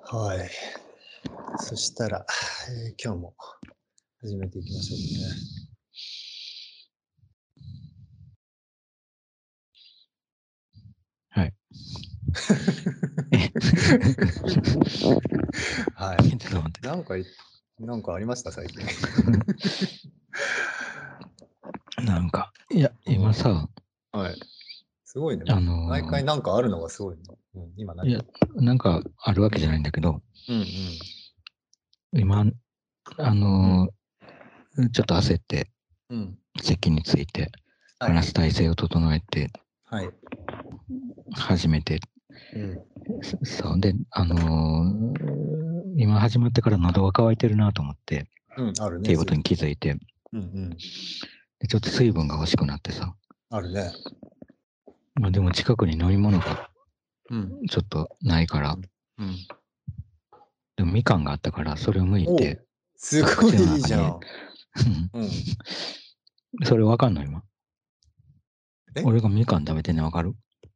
はい。そしたら、今日も始めていきましょうね。 はい。 はちょっい。 と待って。 なんかありました最近。 いや、今さ、 はい。すごいね。 あ毎回のなんかあるのがすごいね。今いや、 何？ なんかあるわけじゃないんだけど、 うん今、あのちょっと焦って、 うん。うん。 席について、 はい。 話す体制を整えて、 はい。 始めて、 うん。 そう。で、今始まってから喉が渇いてるなと思って、っうん。あるね、 ていうことにそういう時。 気づいて、 うんうん。 でちょっと水分が欲しくなってさ、 あるね。 まあでも近くに飲み物がうん。 ちょっとないから、 うん。うん。 でもみかんがあったから、それを剥いて、 おう。すさ、 ごい口の中に、 いいじゃん。うん。 それわかんの今。 え？ 俺がみかん食べてんのわかる？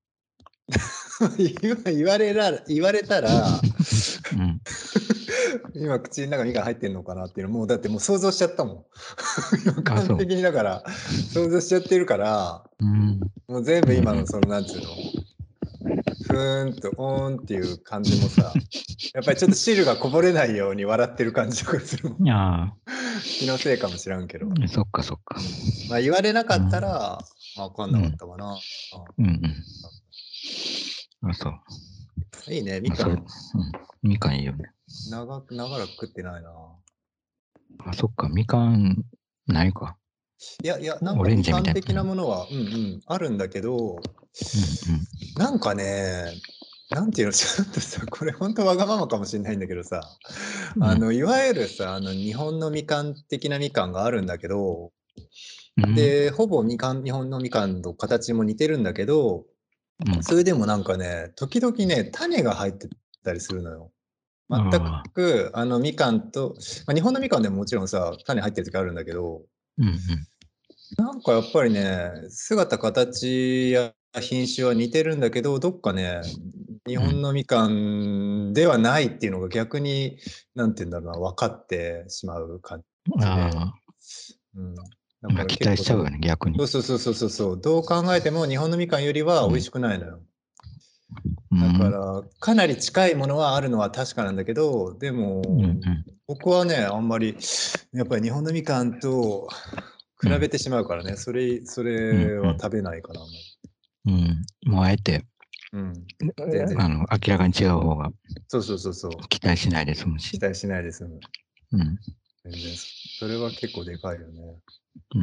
言われたら、 うん。 今口の中にみかん入ってんのかなっていうのもうだってもう想像しちゃったもん。今あ、そう。 完璧にだから想像しちゃってるから、 うん。 もう全うんうん。 部今のそのなんつうの、ふーんとオーンっていう感じもさ、やっぱりちょっと汁がこぼれないように笑ってる感じとかするもん。 あ気のせいかもしらんけど。 あ、そっかそっか。 うん。まあ言われなかったうん。 ら、わかんなかっうん。 たかな。 うんうん。あ、そう。 いいね、みまあ、それ、 かん。 みかんいいよね。 長らく食ってないな。 あ、そっか、みかん、ないか。 いやいや、なんオレンかみジみたいな。 かん的なものは、あるんだけど、 うんうんなんかね、なんていうの、ちょっとさ、これほんとわがままかもしんないんだけどさ、 うんいわゆるさ、日本のみかん的なみかんがあるんだけど、 うんで、ほぼ日本のみかんと形も似てるんだけど、 うんそれでもなんかね、時々ね、種が入ってたりするのよ。全ああく、みかんと、ま、日本のみかんでももちろんさ、種入ってる時あるんだけど、 うんうんなんかやっぱりね、姿形や品種は似てるんだけど、どっかね、日うん本のみかんではないっていうのが逆に、なんて言うんだろうな、分かってしまう感じで。 あうん。だあ、まあから期待しちゃうよね、逆に。 そう、どう考えても日本のみかんよりは美味うん。 しくないのよ。だかうん。 ら、かなり近いものはあるのは確かなんだけど、でうんうも、 ん。 僕はね、あんまり、やっぱり日本のみかんと比べてしまうからね、それは食べないかな、あんまり。 うん。もうあえて、 うん。全然。 明らかに違う方がそう。 期待しないで済むし。 期待しないで済む。 うん。 全然。それは結構でかいよね。 うん。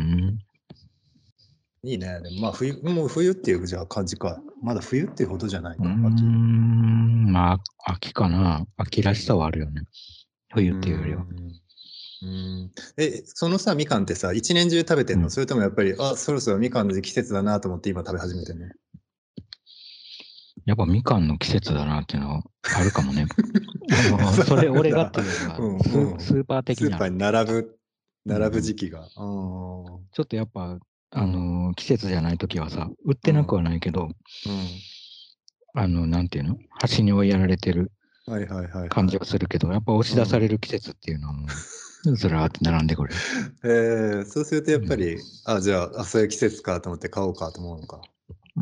いいね。でもまあもう冬っていうじゃあ感じか。まだ冬っていうほどじゃないか、秋。 まあ、秋かな。秋らしさはあるよね。冬うーっていうよりは。 ん。そのさ、みかんってさ、一年中食べてんの？ うん。 それともやっぱり、あ、そろそろみかんの季節だなと思って今食べ始めてんの？ やっぱみかんの季節だなっていうのはあるかもね。そそうれ俺がっなんだ。 ていうよりは、 うんうん。 スーパー的にある。 スーパーに並ぶうんうん。 時期が。 ちょっとやっぱ、 うん。 季節じゃない時はさ、売ってなくはうん。 ないけど、 うん。 なんていうの端に追いやられてる感じはい。 はするけど、やっぱ押し出されうん。 る季節っていうのはもう、ずらーって並んでくる。 そうするとやっぱうん。 り、あ、じゃあ、そういう季節かと思って買おうかと思うのか。 うん。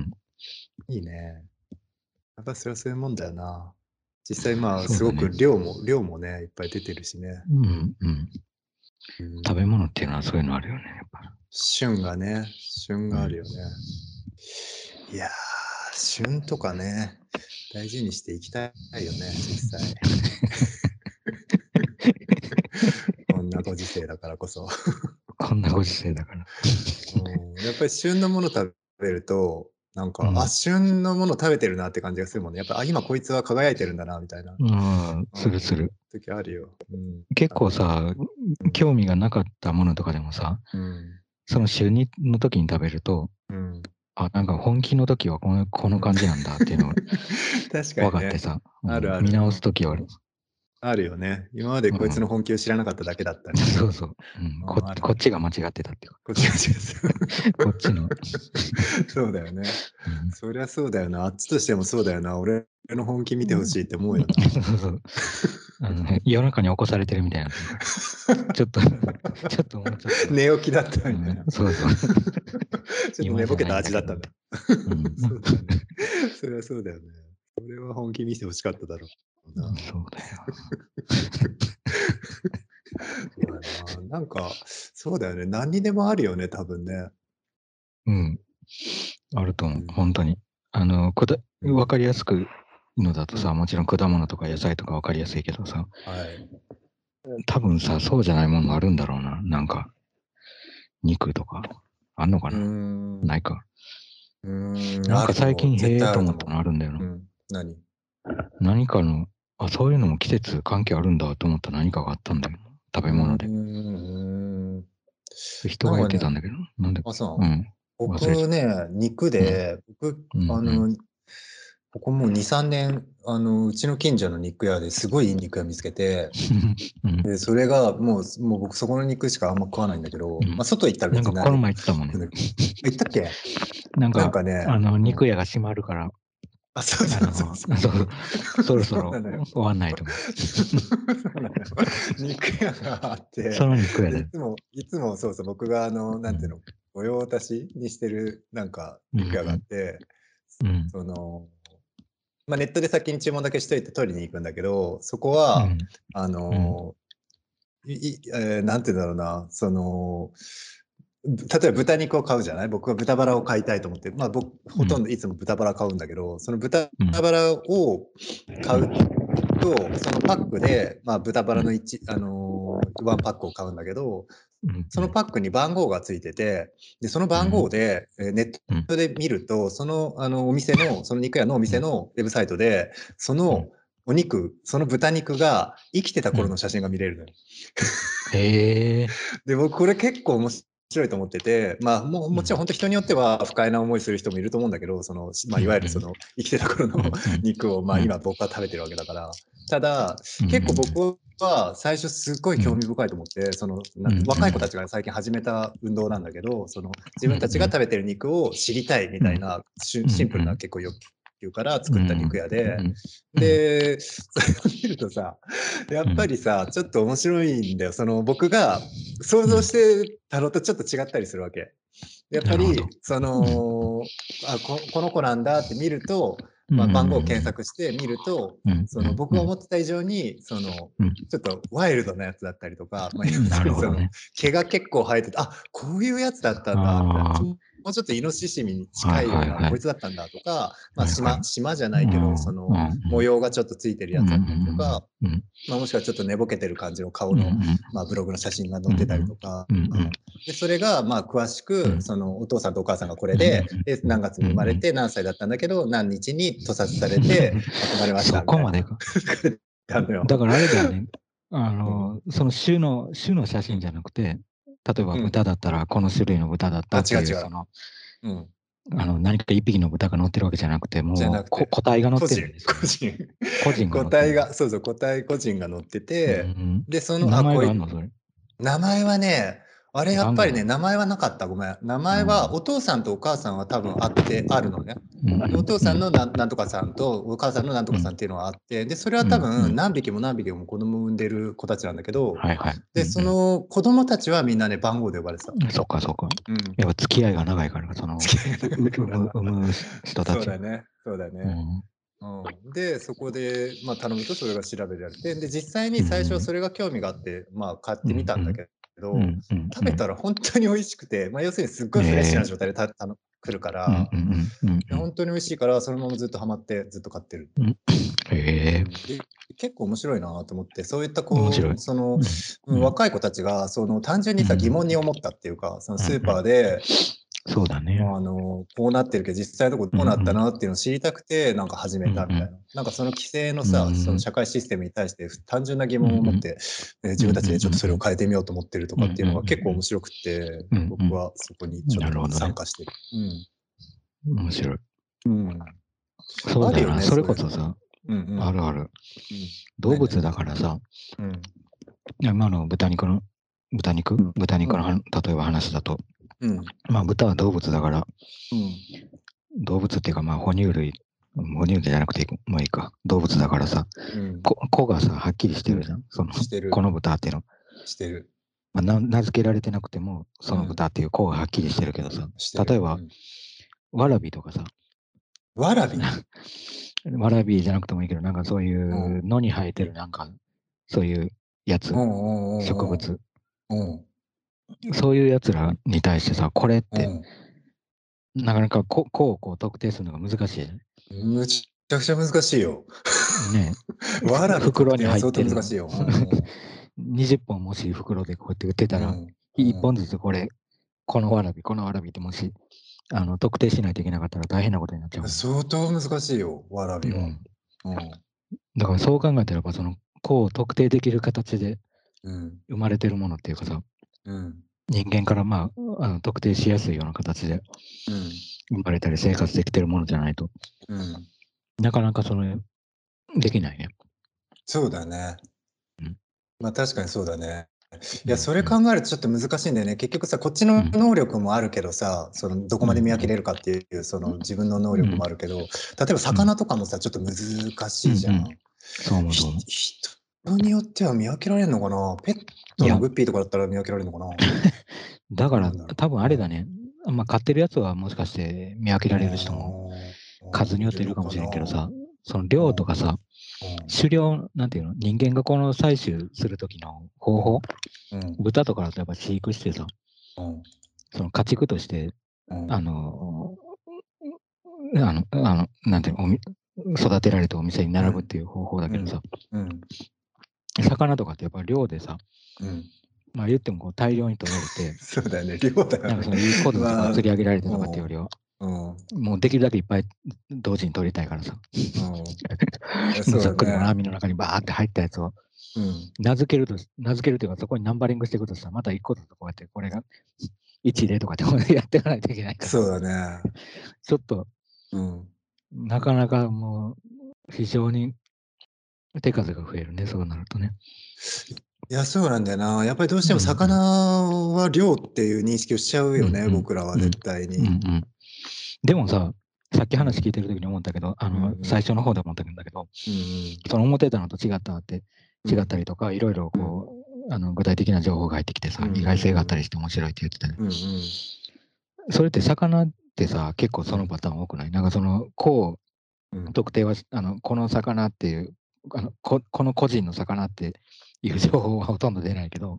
いいね。やっぱそれはそういうもんだよな。実際まあ、すごくそうだね。 量もね、いっぱい出てるしね。 うんうん。 うん。 食べ物っていうのはそういうのあるよね、やっぱ。 旬うん。 があるよね。いやー、旬とかね、大事にしていきたいよね、実際。こんなご時世だからこそ。 こんなご時世だから。 うん、やっぱり旬のもの食べると、なんか、あ、 うん。 旬のもの食べてるなって感じがするもんね。やっぱ、あ、今こいつは輝いてるんだなみたいな、 うん、するする。 時あるよ。うん。 結だから、 構さ、 うん、 興味がなかったものとかでもさ、 うん、 その週2の時に食べると、 うん、 あ、なんか本気の時はこのうん。 感じなんだっていうのが確か分にね。 かってさ、 あるあ見る。 直す時はあるよね。今までこいつの本気を知らなかっただけだったり。 そうそう。 あるこっちが間違ってたっていうか。 こっちが違う。 こっちの。 そうだよね。 うんそりゃそうだよな。あっちとしてもそうだよな。俺の本気見てほしいって思うよな。 そうそう。夜中に起こされてるみたいな。ちょっともうちょっと。 寝起きだったみたいな。 そうそう。 ちょっと寝ぼけた味だったんだ。 うんそうだよね。そりゃそうだよね。それは本気見せてほしかっただろうな。 そうだよ。 まあななんか、そうだよね。何にでもあるよね、多分ね。 うん。あると思ううん。 本当に。わかりやすくのだとさ、もちろん果物とか野菜とかわかりやすいけどさ、 はい。 多分さ、そうじゃないものもあるんだろうな。なんか、肉とか、あんのかうーな、 ん。 ないか。 あなんかると思う。 最近、へ絶え対あると思と思ったのあるんだよな。 う。何何かの、そういうのも季節関係あるんだと思った何かがあったんだよな。食べ物で。人が言ってたんだけど、なんだっけ。 そう。 忘れちゃ僕ね、肉で、ここもう2、3年、うちの近所の肉屋ですごいいい肉屋見つけて、で、それがもう僕そこの肉しかあんま食わないんだけど、まあ外行ったら別になんかこの前言ってたもんね。 行ったっけなんかね、 肉屋が閉まるから、 そうそろそろ終わんないと思う。 肉屋があって、 その肉屋で。 いつもそうそう、僕がなんていうの、御用達にしてるなんか肉屋があって、まあ、ネットで先に注文だけしといて取りに行くんだけど、そこは、なんていうんだろうな、例えば豚肉を買うじゃない僕は豚バラを買いたいと思って、まあ僕、ほとんどいつも豚バラ買うんだけど、その豚バラを買うと、そのパックで、まあ豚バラのワンパックを買うんだけど、そのパックに番号がついてて、で、その番号で、ネットで見ると、その肉屋のお店のウェブサイトで、その豚肉が生きてた頃の写真が見れるのよ。で、僕これ結構面白いと思ってて、まあもちろん本当人によっては不快な思いする人もいると思うんだけど、まあいわゆる生きてた頃の肉を、まあ今僕は食べてるわけだから。ただ、結構僕は最初すっごい興味深いと思って、若い子たちが最近始めた運動なんだけど、自分たちが食べてる肉を知りたいみたいな、シンプルな結構欲求から作った肉屋で、で、それを見るとさ、やっぱりさ、ちょっと面白いんだよ。僕が想像してたのとちょっと違ったりするわけ。やっぱり、この子なんだって見ると、まあ、番号を検索して見ると、僕が思ってた以上に、ちょっとワイルドなやつだったりとか、まあ、要するに毛が結構生えてて、こういうやつだったんだ、みたいな。もうちょっとイノシシに近いような、こいつだったんだとか、まあ、島じゃないけど、模様がちょっとついてるやつだったりとか、まあ、もしくはちょっと寝ぼけてる感じの顔の、まあ、ブログの写真が載ってたりとか、でそれがまあ詳しくお父さんとお母さんがこれで何月に生まれて何歳だったんだけど何日に屠殺されて亡くなりましたみたいな。 そこまでか。だからあれだよね。その種の写真じゃなくて、例えば豚だったらこの種類の豚だったっていう、何か一匹の豚が乗ってるわけじゃなくて、もう個体が乗ってるんですよ。個人が乗ってる。 そうそう、個人が乗ってて、で、 名前があるのそれ。 名前はね、あれやっぱりね、名前はなかった。ごめん。名前はお父さんとお母さんは多分あるのね。お父さんのなんとかさんとお母さんのなんとかさんっていうのがあって、で、それは多分何匹も何匹も子供を産んでる子たちなんだけど、で、その子供たちはみんなね、番号で呼ばれてた。 そっかそっか。やっぱ付き合いが長いから、産む人たち。 そうだね。そうだね。で、そこで、まあ、頼むとそれが調べられて、で、実際に最初はそれが興味があって、まあ、買ってみたんだけど、食べたら本当に美味しくて、まあ、要するにすっごいフレッシュな状態で来るから、本当に美味しいから、そのままずっとハマってずっと買ってる。で結構面白いなと思って、そういった若い子たちが単純にさ疑問に思ったっていうか、スーパーで、 そうだね。 こうなってるけど、実際どうなったなっていうのを知りたくて、なんか始めたみたいな。なんかその規制のさ、その社会システムに対して単純な疑問を持って、自分たちでちょっとそれを変えてみようと思ってるとかっていうのが結構面白くて、僕はそこにちょっと参加してる。 面白い。そうだよな。それこそさ、 あるある。動物だからさ、今の豚肉の例えば話だと、まあ豚は動物だから、動物っていうかまあ哺乳類じゃなくてもいいか、動物だからさ、子がさ、はっきりしてるじゃん。この豚っていうの。 してる。 まあ、名付けられてなくても、その豚っていう子がはっきりしてるけどさ、例えば、ワラビとかさ。 ワラビワラビじゃなくてもいいけど、なんかそういう野に生えてるなんか、そういうやつ、植物。そういうやつらに対してさ、これって、なかなか子をこう特定するのが難しい。 むちゃくちゃ難しいよ。 ねえ。ワラビ袋に入相ってる。 当難しいよ。 20本もし袋でこうやって売ってたら、1本ずつこのワラビってもし、特定しないといけなかったら大変なことになっちゃう。 相当難しいよ、ワラビは。 だからそう考えたら、やっぱその子を特定できる形で生まれてるものっていうかさ、人間からまあ、特定しやすいような形で生まれたり生活できてるものじゃないと、なかなかそれできないね。 そうだね。まあ確かにそうだね。いや、それ考えるとちょっと難しいんだよね。結局さ、こっちの能力もあるけどさ、どこまで見分けれるかっていう、自分の能力もあるけど、例えば魚とかもさ、ちょっと難しいじゃん。 そう思う。 人によっては見分けられるのかな。ペットのグッピーとかだったら見分けられるのかな。 だから、多分あれだね。まあ、飼ってるやつはもしかして見分けられる人も数によっているかもしれんけどさ、その量とかさ、狩猟、なんていうの、人間がこの採取するときの方法、豚とかだとやっぱ飼育してさ、その家畜として、なんていうの、育てられてお店に並ぶっていう方法だけどさ、魚とかってやっぱ量でさ、まあ言ってもこう大量に取られて、 そうだよね、量だよね。 なんかそのいい子とか釣り上げられてとかっていうよりは、もうできるだけいっぱい同時に取りたいからさ、ざっくりこの網の中にバーって入ったやつを名付けるというか、そこにナンバリングしていくとさ、また一個ずつこうやってこれが1例とかってこれやっていかないといけないから、 そうだね。 ちょっと、なかなかもう非常に手数が増えるね、そうなるとね。 いや、そうなんだよな。やっぱりどうしても魚は量っていう認識をしちゃうよね、僕らは絶対に。 でもさ、さっき話聞いてる時に思ったけど、最初の方で思ったんだけど、その思ってたのと違ったりとか、いろいろこう、具体的な情報が入ってきてさ、意外性があったりして面白いって言ってたね。それって魚ってさ、結構そのパターン多くない？なんかその、特定は、この魚っていう、この個人の魚っていう情報はほとんど出ないけど、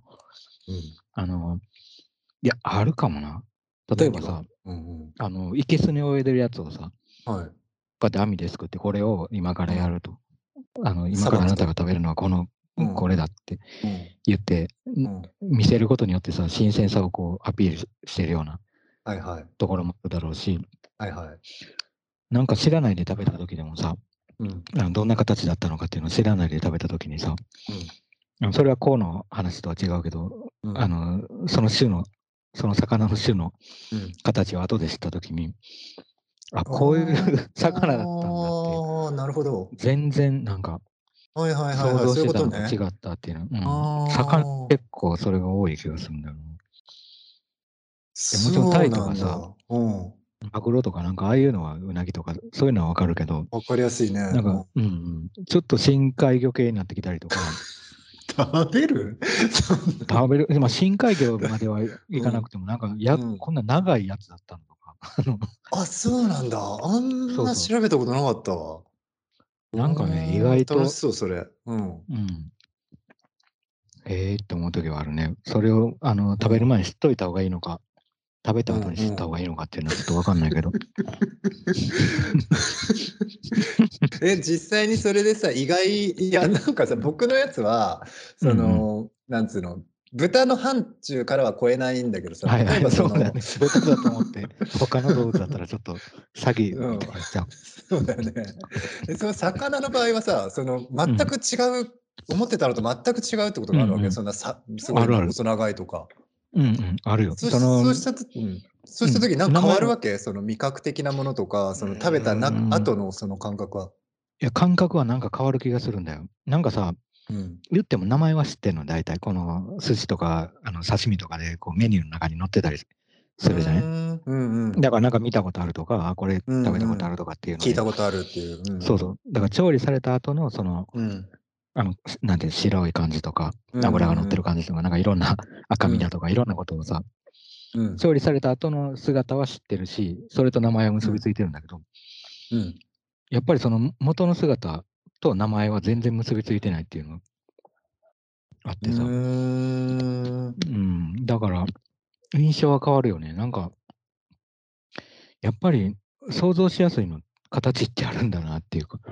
いや、あるかもな。例えばさ、いけすに泳いでるやつをさ、こうやって網ですくって、これを今からやると。今からあなたが食べるのはこれだって言って、見せることによってさ、新鮮さをこうアピールしてるようなところもあるだろうし、なんか知らないで食べた時でもさ、どんな形だったのかっていうのを知らないで食べた時にさ、それはこうの話とは違うけど、その魚の種の形を後で知った時に、こういう魚だったんだって。 なるほど。 全然なんか、想像してたのと違ったっていうの。魚結構それが多い気がするんだよな。もちろんタイとかさ、マグロとかなんかああいうのはうなぎとかそういうのはわかるけど、 わかりやすいね。 なんか、ちょっと深海魚系になってきたりとか。 食べる？ まあ深海魚まではいかなくても、なんかこんな長いやつだったのとか。 あ、そうなんだ。あんな調べたことなかったわ。 なんかね、意外と。 楽しそう、それ。 って思う時はあるね。それを食べる前に知っといた方がいいのか、食べた後に知った方がいいのかっていうのはちょっとわかんないけど。 実際にそれでさ、いや、なんかさ、僕のやつは、なんつうの、豚の範疇からは超えないんだけどさ、例えばそうだね。豚だと思って、他の動物だったらちょっと詐欺みたいにしちゃう。 そうだよね。その魚の場合はさ、全く違う、思ってたのと全く違うってことがあるわけよ。すごい細長いとか。 あるよ。 そうした時なんか変わるわけ？その味覚的なものとか、食べた後のその感覚は。 いや、感覚はなんか変わる気がするんだよ。なんかさ、言っても名前は知ってんの、大体。この寿司とか、刺身とかで、こう、メニューの中に載ってたりするじゃない。だからなんか見たことあるとか、これ食べたことあるとかっていうので。 聞いたことあるっていう。 そうそう。だから調理された後の、なんていう白い感じとか、油が乗ってる感じとか、なんかいろんな赤身だとか、いろんなことをさ、調理された後の姿は知ってるし、それと名前は結びついてるんだけど、やっぱりその元の姿と名前は全然結びついてないっていうのがあってさ。だから印象は変わるよね。なんか、やっぱり想像しやすいの形ってあるんだなっていうか。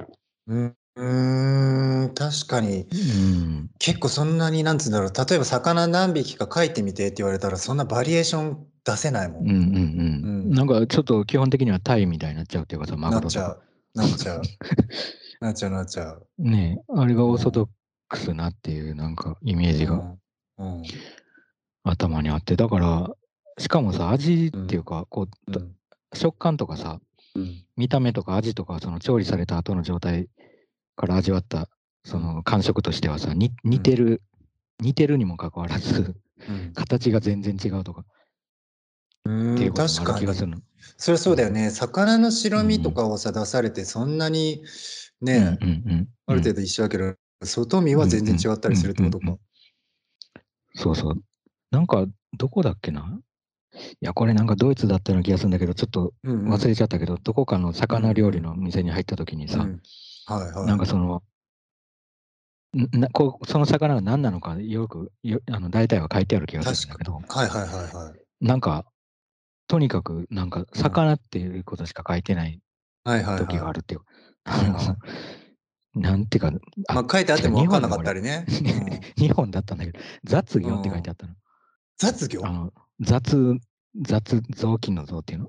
確かに。結構そんなに、なんつうんだろう、例えば魚何匹か描いてみてって言われたら、そんなバリエーション出せないもん。 なんかちょっと基本的にはタイみたいになっちゃうっていうかさ、マグロとか。 なっちゃう。 ねえ、あれがオーソドックスなっていうなんかイメージが頭にあって、だから、しかもさ、味っていうか、こう、食感とかさ、見た目とか味とか、その調理された後の状態から味わった、その感触としてはさ、似てるにもかかわらず、形が全然違うとか。っていうこともある気がするの。 そりゃそうだよね。魚の白身とかをさ、出されて、そんなにね、ある程度一緒だけど、外身は全然違ったりするってことか。 そうそう。なんか、どこだっけな。いや、これなんかドイツだったような気がするんだけど、ちょっと忘れちゃったけど、どこかの魚料理の店に入った時にさ、なんかその、その魚が何なのかよく大体は書いてある気がするんだけど、なんか、とにかく、なんか、魚っていうことしか書いてない時があるっていう。なんていうか、 まあ書いてあっても分かんなかったりね。 日本だったんだけど、雑魚って書いてあったの。 雑魚？ 雑巾の像っていうの。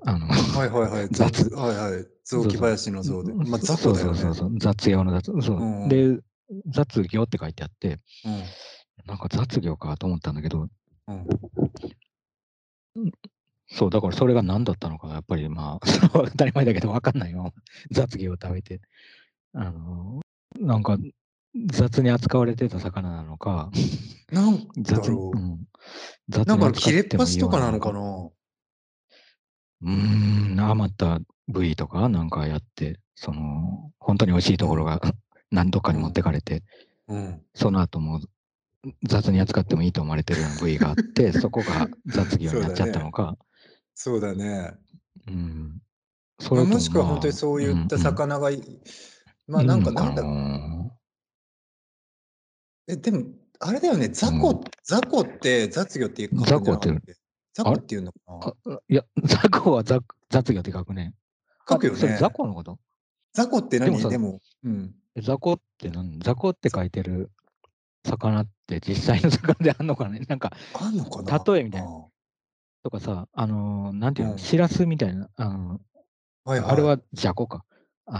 雑木林の像で。まあ雑魚だよね。 そう。雑用の雑。そう。で、雑魚って書いてあって、なんか雑魚かと思ったんだけど、そう、だからそれが何だったのか、やっぱりまあ、当たり前だけど分かんないよ。雑魚を食べて。なんか、雑に扱われてた魚なのか、 なんだろう。なんか切れっ端とかなのかな。 余った部位とかなんかやって、本当に美味しいところが何どっかに持ってかれて、その後も雑に扱ってもいいと思われてるような部位があって、そこが雑魚になっちゃったのか。 そうだね。 それともしくは本当にそういった魚がまあなんかなんだろう。でも、あれだよね、雑魚って雑魚って書くんじゃなかったっけ？雑魚っていうのかな？いや、雑魚は雑魚って書くね。 書くよね。 それ雑魚のこと？ 雑魚って何？でも、 雑魚って何？雑魚って書いてる魚って実際の魚であんのかね？なんか、 あんのかな？ 例えみたいな。とかさ、なんていうの、しらすみたいな、あれはじゃこか。 あ、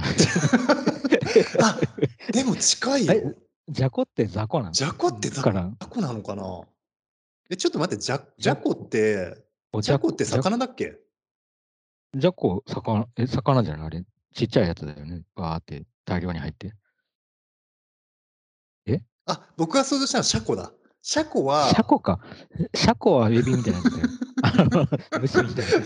でも近いよ。 じゃこって雑魚なの？ じゃこって雑魚なのかな？ちょっと待って、じゃこって魚だっけ？ じゃこ、魚じゃない？あれ。ちっちゃいやつだよね。バーって大量に入って。 僕が想像したのはシャコだ。シャコは。 シャコか。シャコはエビみたいなやつだよ。虫みたいなや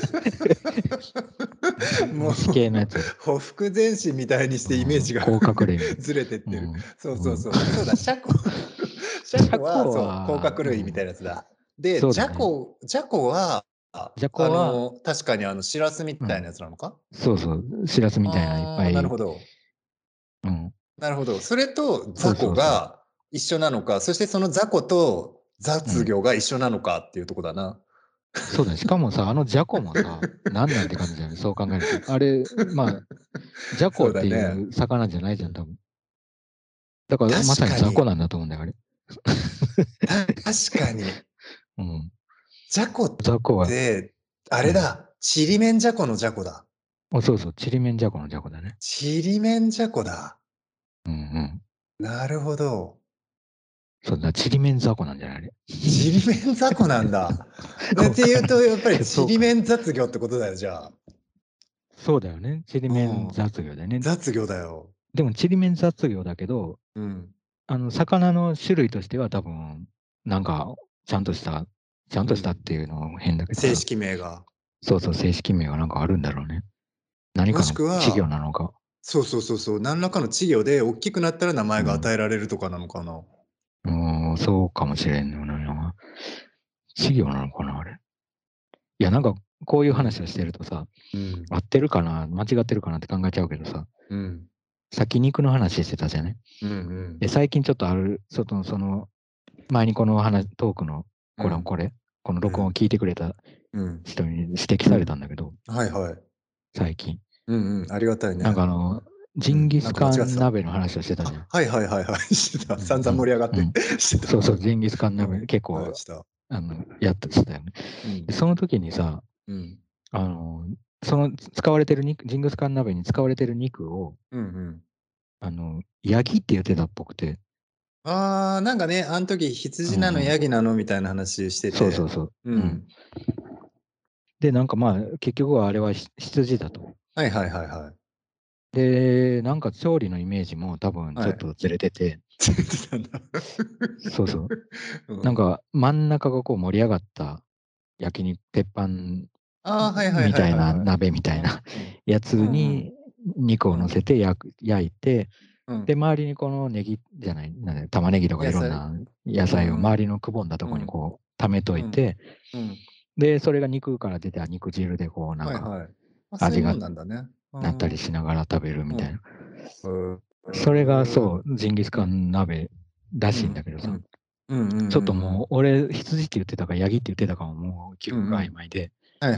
つ。虫系のやつ。 ほふ前進みたいにしてイメージが甲殻類ずれてってる。そうだ、シャコ。シャコは、そう、甲殻類みたいなやつだ。で、ジャコは、確かにシラスみたいなやつなのか？ そう、シラスみたいないっぱい。 なるほど。なるほど。それと雑魚が一緒なのか、そしてその雑魚と雑魚が一緒なのかっていうとこだな。 そうだね。しかもさ、じゃこもさ、何なんて感じだよね。そう考えると。あれ、まあ、じゃこっていう魚じゃないじゃん、多分。だからまさに雑魚なんだと思うんだよ、あれ。 確かに。じゃこって、あれだ、ちりめんじゃこのじゃこだ。 そう、ちりめんじゃこのじゃこだね。 ちりめんじゃこだ。なるほど。 そうだ、ちりめん雑魚なんじゃない？あれ。 ちりめん雑魚なんだ。っていうと、やっぱりちりめん雑魚ってことだよ、じゃあ。 そうだよね。ちりめん雑魚だよね。 雑魚だよ。 でも、ちりめん雑魚だけど、魚の種類としては多分、なんか、ちゃんとしたっていうのは変だけど正式名が。 そうそう、正式名がなんかあるんだろうね。何かの稚魚なのか。 そう、何らかの稚魚で大きくなったら名前が与えられるとかなのかな。 そうかもしれんのな。稚魚なのかな、あれ。いや、なんか、こういう話をしてるとさ、合ってるかな、間違ってるかなって考えちゃうけどさ、さっき肉の話してたじゃない。で、最近ちょっとその、前にこのトークの、この録音を聞いてくれた人に指摘されたんだけど、最近。 ありがたいね。 なんかジンギスカン鍋の話をしてたじゃん。 してた。散々盛り上がって。 そうそう、ジンギスカン鍋結構、したよね。その時にさ、その使われてるジンギスカン鍋に使われてる肉を、ヤギって言ってたっぽくて。 なんかね、あの時羊なの、ヤギなのみたいな話してて。 そう。で、なんかまあ、結局はあれは羊だと。で、なんか調理のイメージも多分ちょっとずれてて。そうそう。なんか真ん中がこう盛り上がった焼肉、鉄板みたいな鍋みたいなやつに肉を乗せて焼いて、で、周りにこのネギじゃない、玉ねぎとかいろんな野菜を周りのくぼんだところにこう溜めといて、で、それが肉から出た肉汁でこうなんか味がなったりしながら食べるみたいな。それがそう、ジンギスカン鍋らしいんだけどさ、ちょっともう俺、羊って言ってたか、ヤギって言ってたかももう記憶が曖昧で、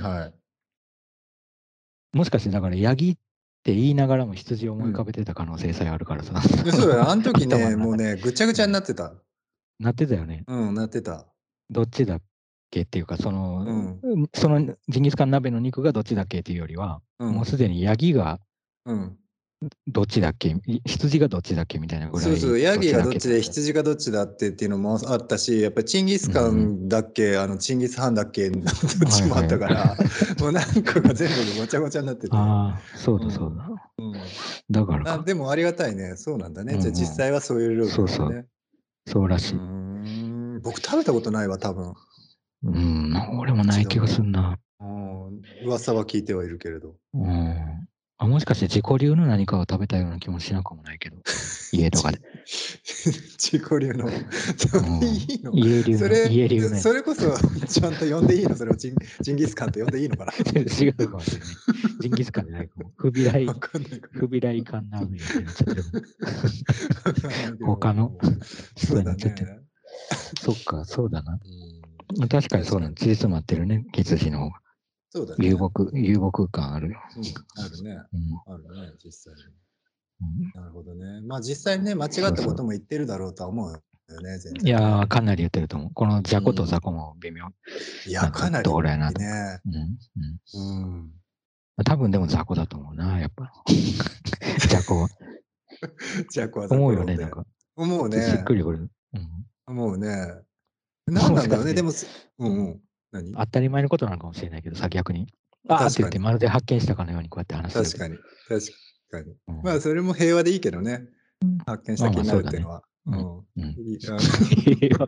もしかしてだからヤギって言いながらも羊を思い浮かべてた可能性さえあるからさ。 そうだよ、あの時ね、もうね、ぐちゃぐちゃになってた。 なってたよね。 なってた。 どっちだっけっていうか、そのジンギスカン鍋の肉がどっちだっけっていうよりは、もうすでにヤギがどっちだっけ、羊がどっちだっけみたいなぐらい。 そう、ヤギがどっちで羊がどっちだっていうのもあったし、やっぱりチンギスカンだっけ、チンギスハンだっけ、どっちもあったから、もう何個が全部ごちゃごちゃになってて。 そうだ。だからか。 でもありがたいね。そうなんだね。じゃあ実際はそういう料理なんだね。 そうらしい。 僕食べたことないわ、多分。 俺もない気がすんな。 噂は聞いてはいるけれど。 もしかして自己流の何かを食べたような気もしなくもないけど、家とかで。 自己流の。いいの？ 家流ね。 それこそ、ちゃんと呼んでいいの？それをジンギスカンと呼んでいいのかな？ 違うかもしれない。ジンギスカンじゃないかも。フビライカンナーメンってなっちゃってる。他のそうになっちゃってる。そっか、そうだな。確かにそうなの。血詰まってるね、羊の方が。 そうだね。 遊牧感あるよ。 あるね。実際に。なるほどね。まあ実際にね、間違ったことも言ってるだろうとは思うよね、全然。 いやー、かなり言ってると思う。このじゃこと雑魚も微妙。 いや、かなりね。多分でも雑魚だと思うな、やっぱ。じゃこは。 じゃこは思うよね、なんか。 思うね。 しっくりくる。 思うね。なんなんだろうね、でも、何？ 当たり前のことなのかもしれないけどさ、逆に。って言ってまるで発見したかのようにこうやって話してる。 確かに。まあそれも平和でいいけどね。発見した気になるっていうのは。平和。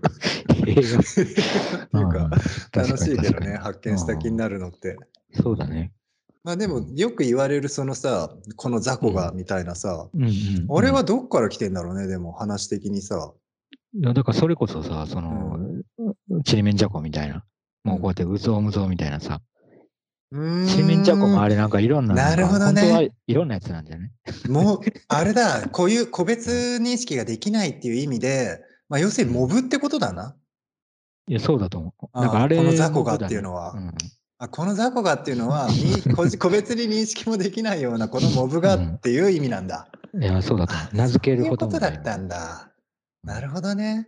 楽しいけどね、発見した気になるのって。 そうだね。 まあでもよく言われるそのさ、この雑魚がみたいなさ、あれはどっから来てんだろうね、でも話的にさ。 いや、だからそれこそさ、その、ちりめんじゃこみたいな。もうこうやってうぞうむぞうみたいなさ。ちりめんじゃこもあれなんかいろんな、 なるほどね。 本当はいろんなやつなんじゃない？ もう、あれだ、こういう個別認識ができないっていう意味で、まあ要するにモブってことだな。 いや、そうだと思う。 なんかあれ、この雑魚がっていうのは。この雑魚がっていうのは、個別に認識もできないようなこのモブがっていう意味なんだ。 いや、そうだと思う。名付けるほどそういうことだったんだ。なるほどね。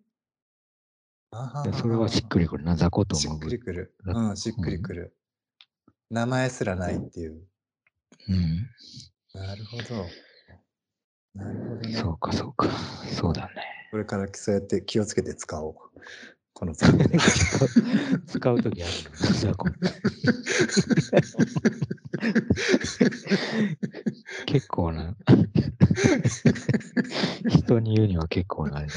それはしっくりくるな、雑魚とモブ。 しっくりくる。しっくりくる。名前すらないっていう。なるほど。なるほどね。 そうか。そうだね。 これからそうやって気をつけて使おう。この雑魚。 使うときあるの、雑魚。 結構な。人に言うには結構な、ね。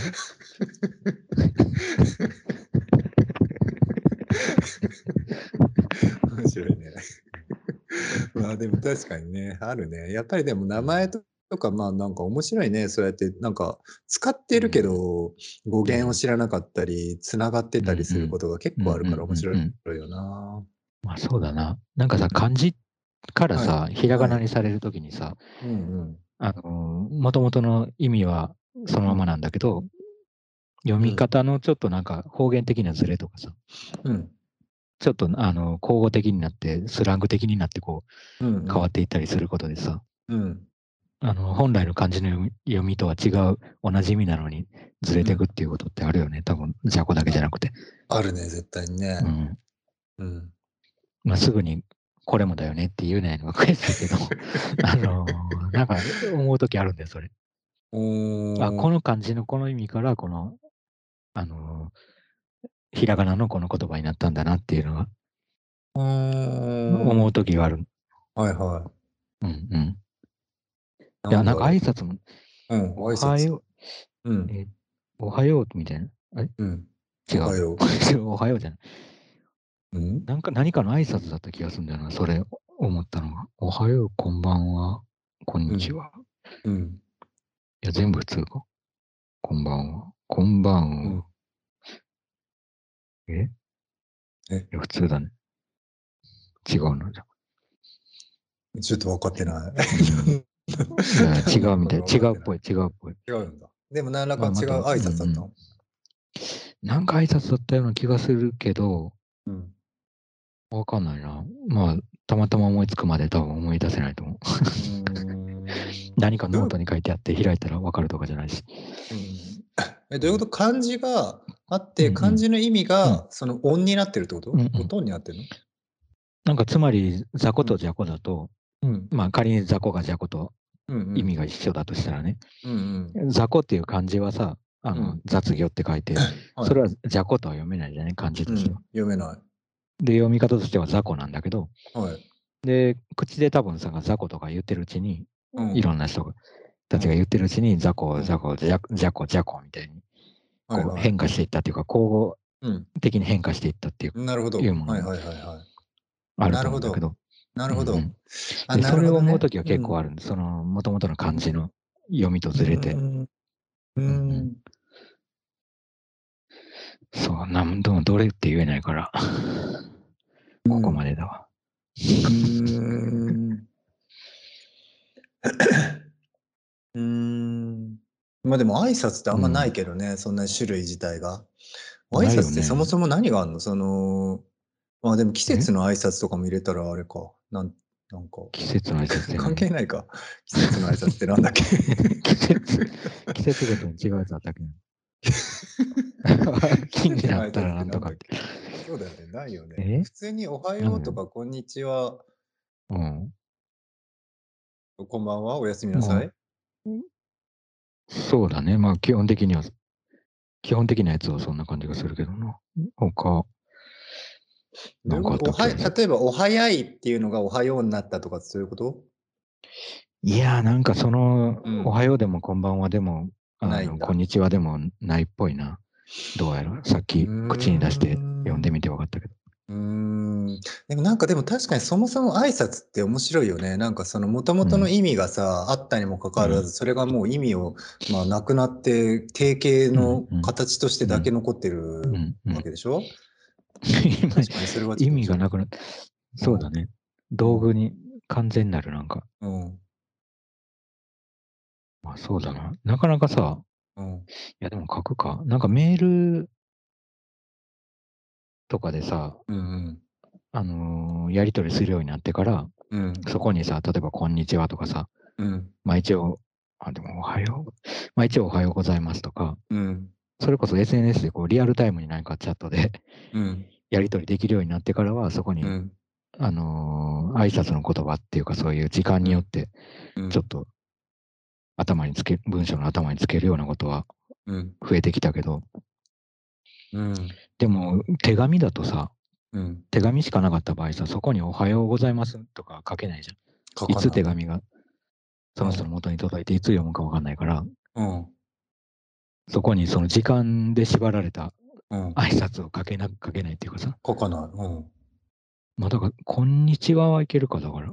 面白いね。まあでも確かにね、あるね。やっぱりでも名前とか、まあなんか面白いね。そうやってなんか使ってるけど、語源を知らなかったり、つながってたりすることが結構あるから面白いよな。 まあそうだな。なんかさ、漢字からさ、 はい、 ひらがなはい。 にされるときにさ、 うんうん。 もともとの意味はそのままなんだけど、読み方のちょっとなんか方言的なズレとかさ、 うん。 ちょっと口語的になって、スラング的になってこう、 うん変わっていったりすることでさ、 うん。 本来の漢字の読みとは違う同じ意味なのにずれていくっていうことってあるよね。多分、じゃこだけじゃなくて。 あるね、絶対にね。 うん。 うん。 まあ、すぐにこれもだよねって言えないのが悔しいけど、なんか思うときあるんだよ、それ。この漢字のこの意味から、この、あのひらがなのこの言葉になったんだなっていうのは、思うときがある。 はいはうんうん。いい。なや、なんかんだろ挨拶も、 う。うん、 お挨拶。 はようう、 ん、 おはようみたいな。あれうん。 違う。 おはよおはようじゃない。 う。うん？ 何かの挨拶だった気がするんだよな、それ思ったのが。おはよう、こんばんは、こんにうん、 ちは。 うん、 いや、全部普通か。こんばんは。こんばうん。 んは。ええ、 いや、普通だね。違うのじゃ。 ちょっと分かってない。 うん。いや、違何のことかうみたい。違分かってない。 うっぽい、違うっぽい。 違うんだ。でも何らかまあ、また、 違う挨拶だったの？ なんか挨拶だったような気がするけど、 うん。 わかんないな。まあ、たまたま思いつくまで多分思い出せないと思う。何かノートに書いてあって開いたらわかるとかじゃないし。 どういうこと？漢字があって、 うんうん漢字の意味うんがその音になってるってこと？ うんうん。 音になってるの？ なんかつまり、雑魚うん。 と雑魚だと、 うん。 まあ仮に雑魚が雑魚とうんうん。 意味が一緒だとしたらね、 うんうん。 雑魚っていう漢字はさ、 うん。 雑魚って書いて、 はい。 それは雑魚とは読めないじゃない、漢字うん。 としては。 読めない。 で、読み方としては雑魚なんだけど、 はい。 で、口で多分さ、雑魚とか言ってるうちに、いうん。 ろんな人うん。 たちが言ってるうちに、雑魚、 うん。 雑魚、雑魚、雑魚みたいに、こうはいはい。 変化していったっていうか、交互うん。 的に変化していったっていうなるほど。 いうものもはいはいはいはい。 あるなるほど。 と思うんだけど、 なるほど。 うんうん。 あ、 で、 なそれをるほどね。 思うときは結構あるんです。その、もともとの漢字の読みとうーずれて。 ん。うーうんうん。 ん。 そう、どれって言えないから、ここまでだわ。 うーん。うーん。ま、でも挨拶ってあんまないうん。 けどね、そんな種類自体が。挨ないよ拶ってそもね。 そも何があんの？その、ま、でも季え節の挨拶とかも入れたらあれか、なんか、 季節の挨拶って関係何？ ないか。季節の挨拶ってなんだっけ？ 季節、季節ごとに違うやつあったっけ？ 季秋に節の挨拶っなったらなんとかって。 てなんだっけ？そうだよね、ないよね。 え普通におはようとうん。 かこんにちは、 うん。 こんばんは、おやすみなさもい。 う、そうだね。まあ、基本的なやつはそんな感じがするけどな。他、なんかあっどういうこと？ た気がする。 例えばお早いっていうのがおはようになったとかそういうこと？ いやー、なんかその、おうん、 はようでもこんばんはでも、こんないんだ。 にちはでもないっぽいな。どうやら。さっうーき口に出して読んでん。 みて分かったけど。 うーん。でも確かにそもそも挨拶って面白いよね。なんかその元々のうん。 意味がさ、あったにもかかわらず、 うん。 それがもう意味を、まあ、なくなって、定型うん。 のうん。 形としてうん。 だけ残ってるうん。うん。 わけでしょ？ 今、 確かにそれはちょっ意と面白いね。 味がなくなって、 うん、 そうだね。 うん、 道具に完全なるなんか。 うん、 まあそうだな。なかなかさ、 うん、 いやでも書くか。なんかメールとかでさ、 うんうん、 やり取りするようになってから、 うん、 そこにさ、例えばこんにちはとかさ、 うん、 まあ一応、でもおはよう。まあ一応おはようございますとか、 うん、 それこそ SNS でこうリアルタイムに何かチャットでうん、 やり取りできるようになってからは、そこに、 うん、 挨拶の言葉っていうかそういう時間うん、 によって、 うん、 ちょっと文章の頭につけるようなことはうん、 増えてきたけど、 うん、 でも手紙だとさ、 うん。 手紙しかなかった場合さ、そこにおはようございますとか書けないじゃん。いつ書かない。 手紙がその人の元に届いていつ読むか分かんないから、 うん。 そこにその時間で縛られたうん。 挨拶をかけないっていうかさ。 書かない。うん。 まあだから、こんにちははいけるか、だから。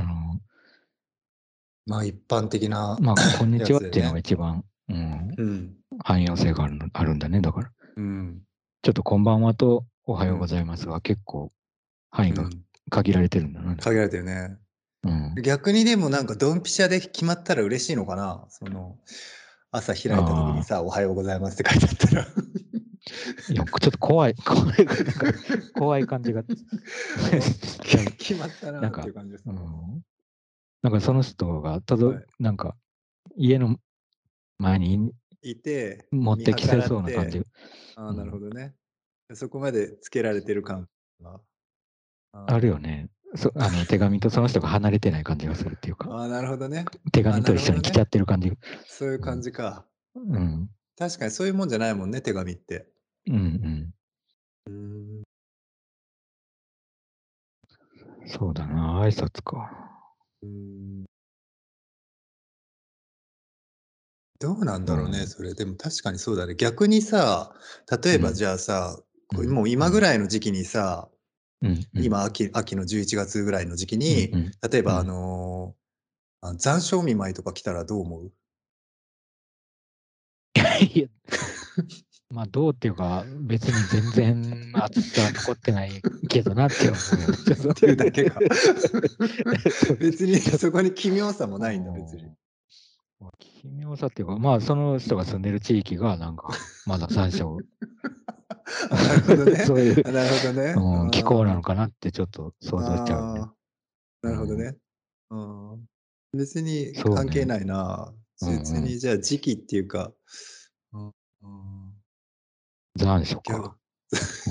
まあ一般的なまあ、こんにやちはっていうのがつだよね。 一番、 うん。 汎用性があるんだね、だから。 うん。 ちょっとこんばんはとおはようごうん。 ざいますが結構範囲がうん。 限られてるんだな。 限られてるね。 うん。 逆にでもなんかドンピシャで決まったら嬉しいのかな。その朝開いた時にあさ、おはようございますって書いてあったら。 あ。いや、ちょっと怖い感じが。 決まったなっていう感じですね。 なんかその人がはい、 なんか家の前にいて、 持ってきせ見計らそうな感じ。 って、 うああ、なるほん、 どね。そこまでつけられてる感が。 あるよあね。手紙とその人が離れてない感じがするっていうか、 あ、なるほどね。 手ああ、な紙と一緒に来ちゃるほどね。 ってる感じ。 そういう感うん。 じか。 うん。 確かにそういうもんじゃないもんね、手紙って。 うん。 うーん。 そうだな、挨拶か。 うーん。どうなんだろうね、 うん。 それ。でも確かにそうだね。逆にさ、例えばうん。 じゃあさ、もううん。 今ぐらいの時期にさ、 うん。うん。 今秋の11月ぐらいの時期うん。うに、 ん。 例えばうん。 残暑お見舞いとか来たらどう思う？ いや、まあ、どうっていうか、別に全然暑さ残ってないけどなって思うよね。ちょっと。 っていうだけか。 そう別にちょっそこに奇妙さもと、 ないんだ、別に。 まあ奇妙さっていうか、まあ、その人が住んでる地域が、なんか、まだ残暑、 あ、なるほどね。 そういう、 あ、なるほどね。 気候なあのかなってちょっと想像しちゃうよね。 あ、 うん、 なるほどね。うん。別にそうね。 関係ないな。別うんうん。 にじゃあ時期っていうか、うん、うん、 残暑ぎゃか。うん。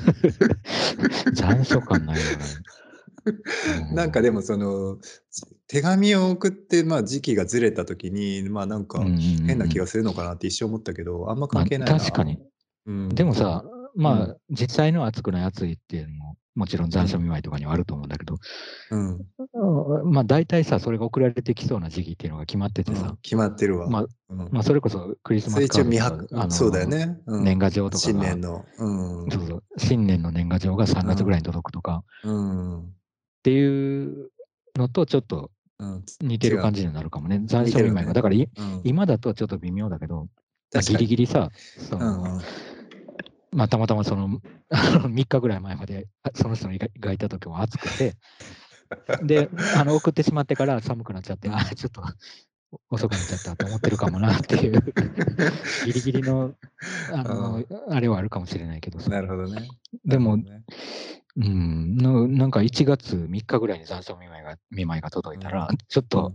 残暑感ないよね。うなんかでん。 も手紙を送って、まあ、時期がずれた時に、まあ、なんかうんうんうん変な気がうん。 するのかなって一瞬思ったけど、あんま関まあ、 係ないな。 確かに。 うん。 でもさ、 うん。 まあ、実際の暑くない暑いっていうのも、もちろん残暑うん。 見舞いとかにはあると思うんだけど、 うん。 まあ、大体さ、それが送られてきそうな時期っていうのが決まっててさ、 うん。決まってるわ。 まあ、 うん。 まあ、それこそクリスそれマス一応見はカードとか、 そうだよね。うん。 年賀状とかが、 新年の。うん。 そうそう、新年の年賀状が3月ぐらいに届くとかうん。 っていうのとちょっとうん。 似て違う。 る感じになるかもね。残暑見舞いが。 似てるわね。 だからうん。 今だとちょっと微妙だけど、まあ、ギ確かに。 リギリさ、 うんうん。 まあ、たまたま3日ぐらい前までその人がいた時は暑くて、で、送ってしまってから寒くなっちゃって、 うん。 ちょっと遅くなっちゃったと思ってるかもなっていうギリギリの、 うん。 あれはあるかもしれないけどさ。 なるほどね。なでも、 るほどね。 なんか1月3日ぐらいに残暑見舞いが届いたら、 うん。 ちょっと、 うん。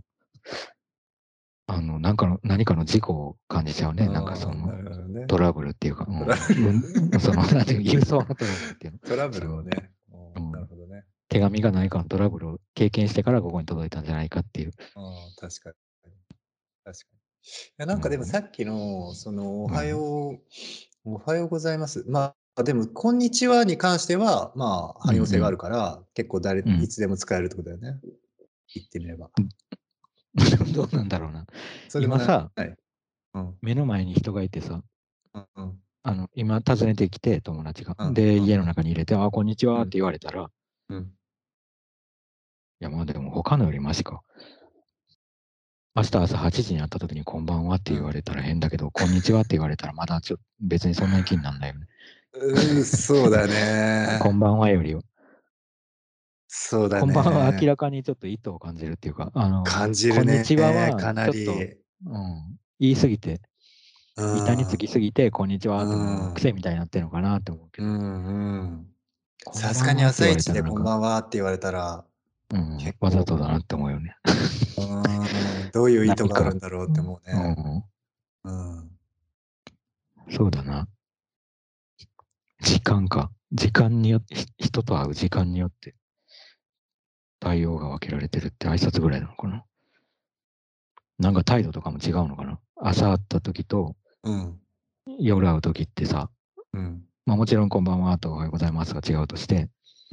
何かの事故を感じちゃうね。なんかああ、なるほどね。 トラブルっていうか、 トラブルなんていう輸送のトラブルっていうの。 トラブその、 ルをね。 うん、 なるほどね。 手紙が何かのトラブルを経験してからここに届いたんじゃないかっていう。 ああ、確かに。確かに。いや、なんかでもうん。 さっきの、 うん。 おはようございます。まあ、でも、こんにちはに関しては、まあ、 うんう汎用性があん。 るから、結構うん。 いつでも使えるってことだよね。言ってみれば。 どうなんだろうな。 そうでもな今さ、 い。うん。 目の前に人がいてさ、 うんうん。 今訪ねてきて友達が。 うんで、家のうん中に入れて、こんにちうん。 はって言われたら、 うん。 いや、まあでも他のよりマシか。明日朝8時に会った時にこんばんはってうん。 言われたら変だけど、こんにちはって言われたらまだ別にそんなに気になんないよね。 そうだこんね。 ばんはよりは。 そうだこんばんは明ね。 らかにちょっと意図を感じるっていうか、 感じこんにるね、 ちははかなちょっと、 り。 言い過ぎて、 う板につきん。 すぎて、こんにちはうってもうん。 癖みたいになってるのかなって思うけど、 うんうん。 こんさすがにばんはって言われ朝一でたらなんか、 こんばんはって言われたら、 わざ結構、 とだなって思うよね。 どういう意図がある何か、 んだろうって思うね。 うん、 うん。 そうだな。時間か。時間によって、人と会う時間によって対応が分けられてるって挨拶ぐらいなのかな。なんか態度とかも違うのかな。朝会った時とうん。 夜会う時ってさ、 うん。 まあもちろんこんばんはとおはようございますが違うとして、 うん。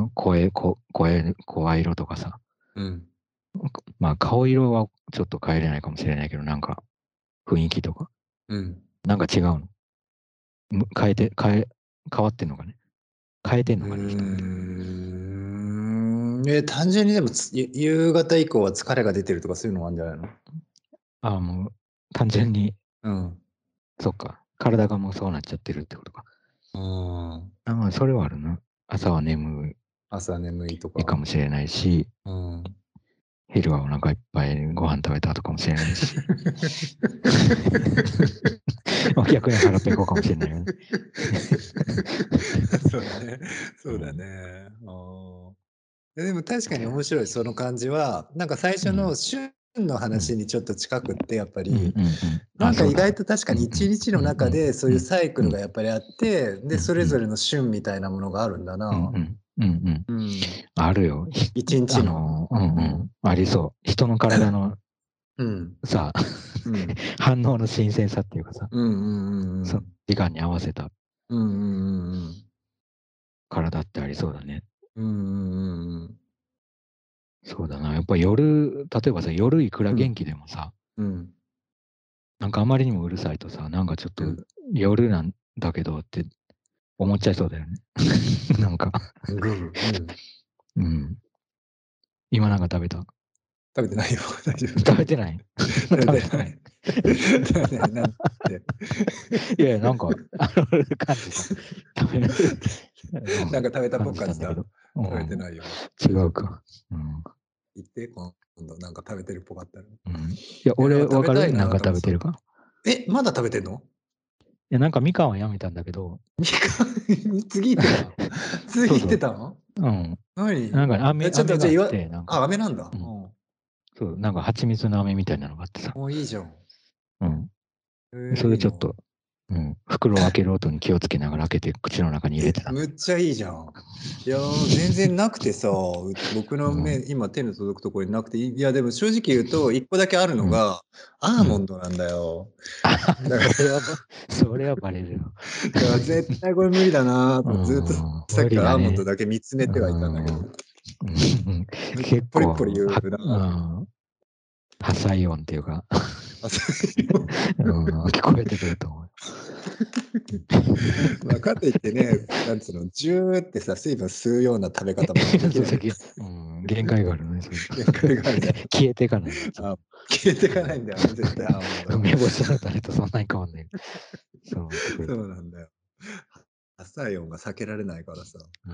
なんていうの声色とかさ、 うん。 まあ顔色はちょっと変えれないかもしれないけど、なんか雰囲気とか、 うん。 なんか違うの。変わってんのかね。変えてんのかね、人って。 単純にでも夕方以降は疲れが出てるとかそういうのもあるんじゃないの？ ああ、もう単純に、 うん。 そっか。体がもうそうなっちゃってるってことか。 うん。 ああ、それはあるな。朝は眠朝眠いといかか。 もしれないし、 うん。 昼はお腹いっぱいご飯食べた後かもしれないし。逆に腹ペコかもしれないよね。 そうだね。そうだね。でも確かに面白い、その感じは。なんか最初の旬の話にちょっと近くって、やっぱり、なんか意外と確かに一日の中でそういうサイクルがやっぱりあって、で、それぞれの旬みたいなものがあるんだな。うん。 あるよ。 一日の。 ありそう。人の体のうん。 さ、 うん。 反応の新鮮さっていうかさ、 うんうんうんその時間に合わせたうん。うんうんうん体ってありそうだね。 うん。うんうんうんそうだな。やっぱ夜、例えばさ、夜いくらうん。 元気でもさ、 うんなんかあまりにもうるさいとさ、なんかちょっとうん夜なんだけどって思っちゃいそうだよね。なんか、 うんうん。 うん。今なんか食べた？ 食べてないよ。大丈夫。 食べてない？ 食食べてない。 べてない。食べてない。なんで。 いやいや、なんか、感じた。食べる、 なんか食べたっぽ感く感じた。 じたんだけど。う食べてん、 ないよ。 違大丈夫。 うか。うん。 言って、今度なんか食べてるっぽかったら。いうん。いや、 や、なん俺、 か食べたいわかる？なんかなと思ってた。 食べてるか？ まだ食べてんの？ いや、なんかみかんはやめたんだけど、 みかん、次行ってた？次行っそうそう。 てたの？ うん。 何？ なんかね、 ちょっと、じゃあ、 飴があって、なんか、 飴なんだ。 うん。そう、なんか蜂蜜の飴みたいなのがあってさ。 もういいじゃん。 うん。そいいな。 れちょっと、うん、袋を開ける音に気をつけながら開けて口の中に入れてた。 むっちゃいいじゃん。いやー、全然なくてさ、僕のうん今手の届くところになくて、いや、でも正直言うと、一個だけあるのうん。 が、アうん。 ーモンドなんだよ。 あ、 だかそれはバレるよ。 ら絶対これ無理だなーうと、ずっとん、 さっ無きからアーモンド理だね。 だけ見つめうてはいたんだけど、 ん、うん結ポリポリ構、 言うなーと。 破砕音っていうか、 あ、そういう聞こえてくると思う。 まあ、かといってね、なんつうの、ジューってさ、水分吸うような食べ方もできない。 限界があるね、それ。 限界があるじゃん。 消えていかないね。 あ、消えていかないんだよね、絶対アーモンドは。 梅干しのタレとそんなに変わんない。そうなってくるそと。 うなんだよ。朝イオンが避けられないからさ。 うん、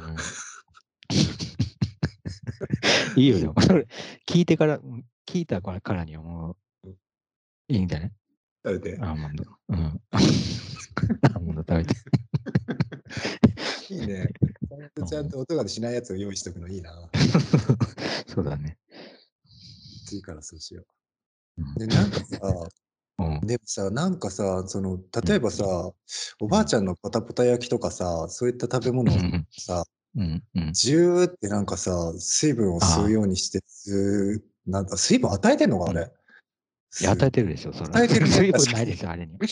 いいよ、でも。それ、聞いたからにはもういいんじゃない？ 食べて。 アーモンド。うん。アーモンド食べて。 いいね。ちゃんと音がしないやつを用意しとくのいいな。 そうだね。 次からそうしようん。 う。で、なんかさ、 うん。 でもさ、なんかさ、その、 うん。 例えばさ、おばあちゃんのポタポタ焼きとかさ、そういった食べ物をさ、 うん。うん。 ジューってなんかさ、水分を吸うああ。 ようにして、なんか水分与えてんのか、あうん。 れ。 いや、与えてるでしょ、そら。 与えてるね、 水分確かに。 ないでしょ、あれに。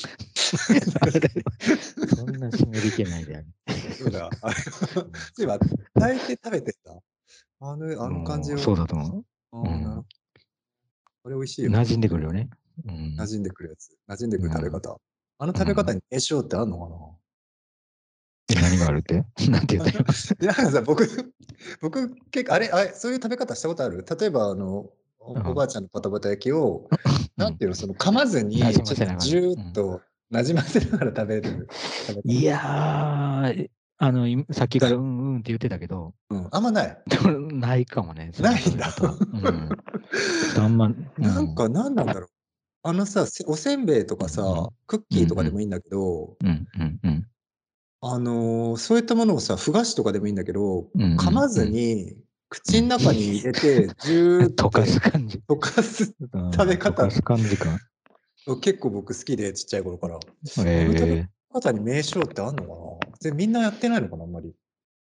そんな湿り気ないである。 そうだ。あれは、そういえば、与えて食べてた。あの感じを。 そうだと思う。うなるほど。 ん。 これ美味しいよね。 馴染んでくるよね。うん。 馴染んでくるやつ。馴染んでくる食べうん。 方。あのうん。 食べ方に名称ってあんのかな？ 何があるって？なんて言ったよ。 なんかさ、僕、結構、そういう食べ方したことある？例えば、おばうん。 あちゃんのパタパタ焼きを、 うん。 なんていうの、その噛まずに、 馴染ちょっませながら。 とジューうん。 ッと馴染ませながら食べる食べ方。 いやー、さっきからうんうんって言ってたけど、 うん、あんまない。 ないかもね、そのないんだ。 食べ方。うん。ちょっとあんま、うん。 なんか、なんなんだろう。おせんべいとかさ、 うん。 クッうん。 キーとかでうん。 もいいんだけど、 うん。うん。うん。 そういったものをさ、ふ菓子とかでもいいんだけど、 うん。 噛まずうん。 にうん。 口ん中に入れて、ジューっ溶かすて感じ。 溶かすうん。 食べ方溶かす感じか。 を結構僕好きで、ちっちゃい頃から。あの食べえ方に名称ってあんのかな？みんなやってないのかな、あんまり。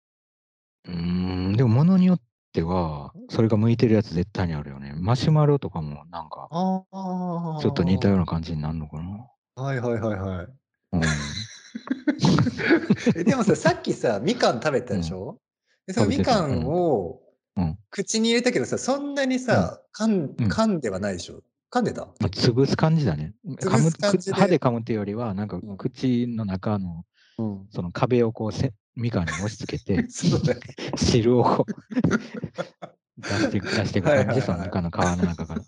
でも物によっては、それが向いてるやつ絶対にあるよね。マシュマロとかもなんか、 あちょっと似たようなあ、 感じになるのかな。 はいはいはいはい。 うん。 でもさ、さっきさ、みかん食べたうん。 でしょ？で、その食べてた。うみかんん。 を口に入れたけどさ、そんなにさ、噛んではないでしょ。噛んでた？ 潰す感じだね。 潰す感じで。 歯で噛むっていうよりは、なんか口の中の、その壁をこうみかんに押し付けて、汁をこう出していく感じ、そのみかんの皮の中から。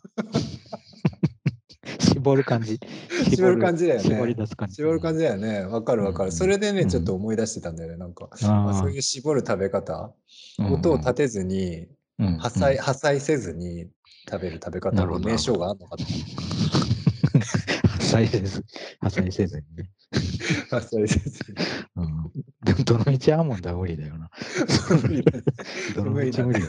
絞る感じ。 絞る感じだよね。 絞り出す感じ。 絞る感じだよね。わかるわかる。それでね、ちょっと思い出してたんだよね。なんか、そういう絞る食べ方、音を立てずに、破砕せずに食べる食べ方の名称があるのかと。 破砕せずにね。 破壊せずに。 でも、どのみちアーモンドは無理だよな。どのみち無理だ。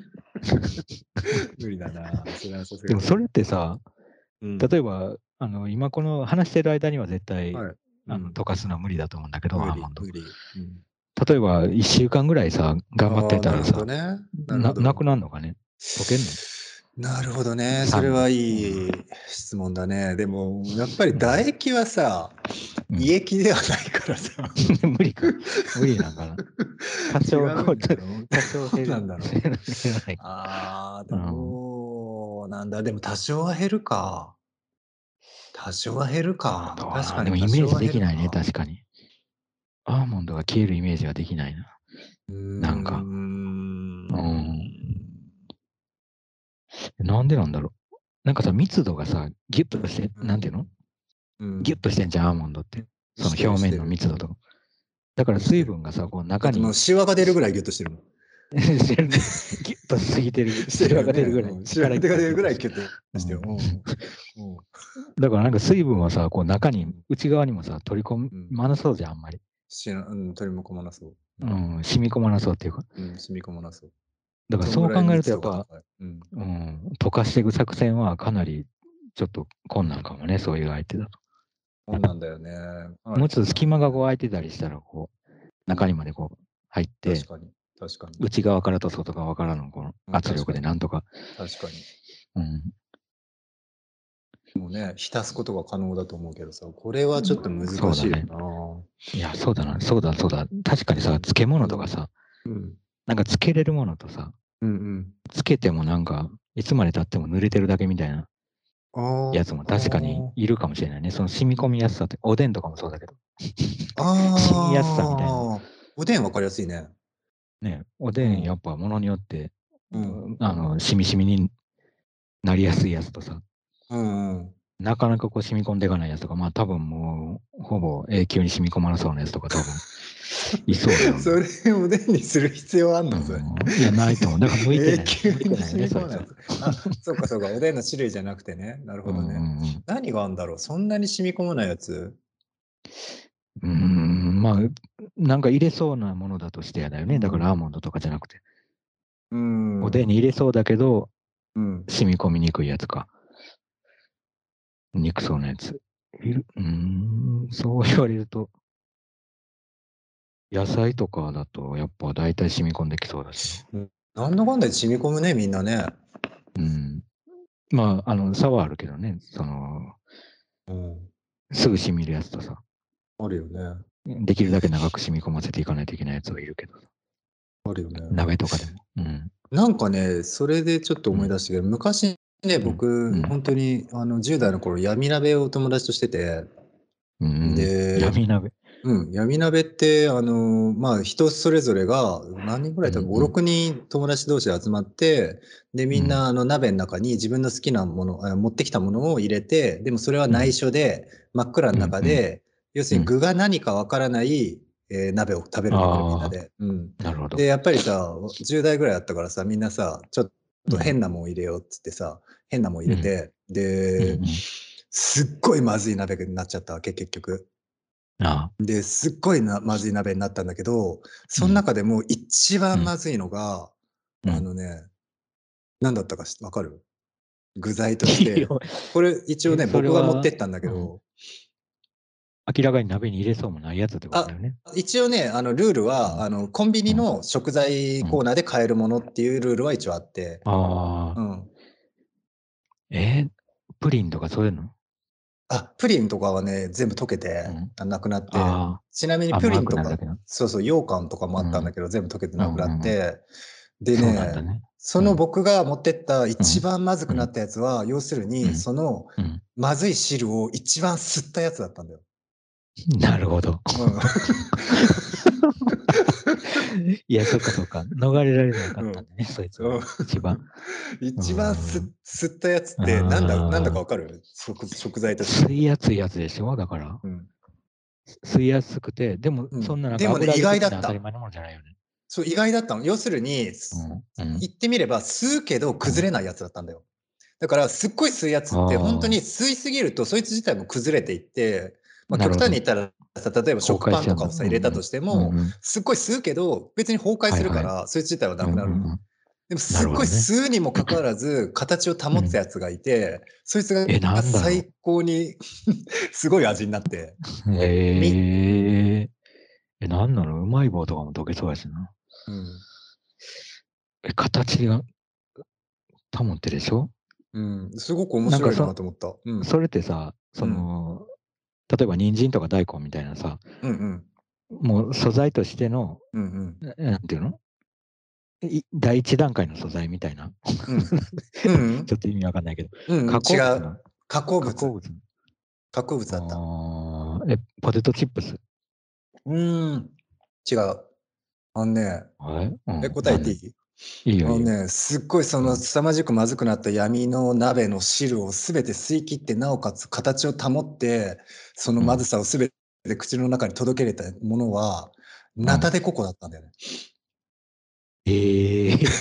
無理だな。 でも、それってさ、例えば、今この話してる間には絶対、溶かすのは無理だと思うんだけど、アーモンド。例えば、1週間ぐらいさ、頑張ってたらさ、なくなるのかね。溶けんの？ なるほどね。それはいい質問だね。でも、やっぱり唾液はさ、胃液ではないからさ。 無理なんかな。多少減る。なんだろう。どうなんだ。でも多少は減るか。多少は減るか。確かに。 でもイメージできないね、確かに。アーモンドが消えるイメージはできないな。なんか。なんでなんだろう。なんかさ、密度がさ、ギュッとして、なんていうの？ギュッとしてんじゃん、アーモンドって。その表面の密度とか。だから水分がさ、こう中に。 もうシワが出るぐらいギュッとしてるもん。 ギュッとしすぎてる。シワが出るぐらい。 シワが出るぐらいギュッとしてる。 だからなんか水分はさ、こう中に、内側にもさ、取り込まなそうじゃん、あんまり。 取り込まなそう。 染み込まなそうっていうか。 染み込まなそう。 だからそう考えるとやっぱ、溶かしていく作戦はかなりちょっと困難かもね、そういう相手だと。 困難だよね。 もうちょっと隙間がこう空いてたりしたら、こう、中にまでこう入って、 確かに。 内側からと外側からのこの圧力でなんとか。 確かに。もうね、浸すことが可能だと思うけどさ、これはちょっと難しいよな。 いや、そうだな、そうだ。確かにさ、漬物とかさ、なんか漬けれるものとさ、漬けてもなんか、いつまで経っても濡れてるだけみたいなやつも確かにいるかもしれないね。その染み込みやすさって、おでんとかもそうだけど。染みやすさみたいな。 おでん分かりやすいね。 ね、おでんやっぱものによって、しみしみになりやすいやつとさ、なかなかこう染み込んでいかないやつとか、まあ多分もうほぼ永久に染み込まなそうなやつとか多分いそうだよね。 それおでんにする必要あんの？それ。 いや、ないと思う。だから向いてない。 永久に染み込まないやつ。そうか、おでんの種類じゃなくてね。なるほどね。何があるんだろう？そんなに染み込まないやつ？ まあ、なんか入れそうなものだとしてやだよね。だからアーモンドとかじゃなくて。おでんに入れそうだけど、染み込みにくいやつか。憎そうなやつ。そう言われると、野菜とかだとやっぱ大体染み込んできそうだし。 なんだかんだ染み込むね、みんなね。 まあ、差はあるけどね。すぐ染みるやつとさ。 あるよね。 できるだけ長く染み込ませていかないといけないやつはいるけど。 あるよね。 鍋とかでも。 なんかね、それでちょっと思い出したけど、昔ね、僕、本当に10代の頃、闇鍋を友達としてて、 で、闇鍋。 闇鍋って、まあ、人それぞれが、何人ぐらい多分5、6人友達同士で集まって、で、みんな、鍋の中に自分の好きなもの、持ってきたものを入れて、でもそれは内緒で、真っ暗の中で、要するに具が何かわからない、鍋を食べるんだけど、みんなで。 なるほど。 で、やっぱりさ、10代ぐらいだったからさ、みんなさ、ちょっと変なもん入れようっつってさ、変なもん入れて、で、すっごいまずい鍋になっちゃったわけ、結局。で、すっごいまずい鍋になったんだけど、その中でも一番まずいのが、何だったかわかる？具材として。これ一応ね、僕が持ってったんだけど。 明らかに鍋に入れそうもないやつってことだよね。 一応ね、ルールは、コンビニの食材コーナーで買えるものっていうルールは一応あって。 プリンとかそういうの？ プリンとかはね、全部溶けて、なくなって。ちなみにプリンとか、そう、羊羹とかもあったんだけど、全部溶けてなくなって。 でそうなんだね、 ね。 その僕が持ってった一番まずくなうん。 ったやつは、要するうに、 ん。 そのうん。 まずい汁を一番吸ったやつだったんだよ。 なるほど。 うん。 いや、そっかそっか。逃れられなかうん。 ったんだね、そいつうん。 は。一番。う一番ん。 吸ったやつってなんだかああ、 わかる？食材として。 吸いやすいやつでしょだから。 うん。 吸いやすくて、でも、 うん。 そんななんでもね、意か油で外だった。 的な当たり前のものじゃないよね。 そう、意外だったの。要するに、 うん。 言ってみれば吸うけどうん。 崩れないやつだったんだよ。だから、すっごい吸うやつって、本当にあ吸いすぎると、そいつ自体も崩れていって、 あ、なる極ほど。 端に言ったらさ、例えば崩食パン壊しちゃうんだ。 とかをさ、入れたとしても、 うん。 すっごい吸うけど、別に崩壊はいはい。 するから、そいつ自体はなくなるの。 うん。 でもすっごいなるほどね。 吸うにもかかわらず、形を保つやつがいて、そいつなんだろが最高にすごい味になって、 う。なんなのうまい棒とかも溶けそうやしな。 うん。 形が保ってるでしょうん、すごく面白いなんかなと思った。うん。 それってさ、 うん。 例えば人参とか大根みたいなさ、 うんうん。 もう素材としての、 うんうん。 なんていうの第一段階の素材みたいな。 うん。うんうん。 ちょっと意味わかんないけど、 うんうん、 加違う。 工物の、 加工物。 加工物の、 加工物だった。 ポテトチップス。 うーん、違う。あのね、答えなんでていい？ いいよいいよ。 すっごいそのうん。 凄まじくまずくなった闇の鍋の汁をすべて吸い切って、なおかつ形を保って、そのうん。 まずさをすべて口の中に届けれたものは、ナタうん。 デココだったんだよね。 ええ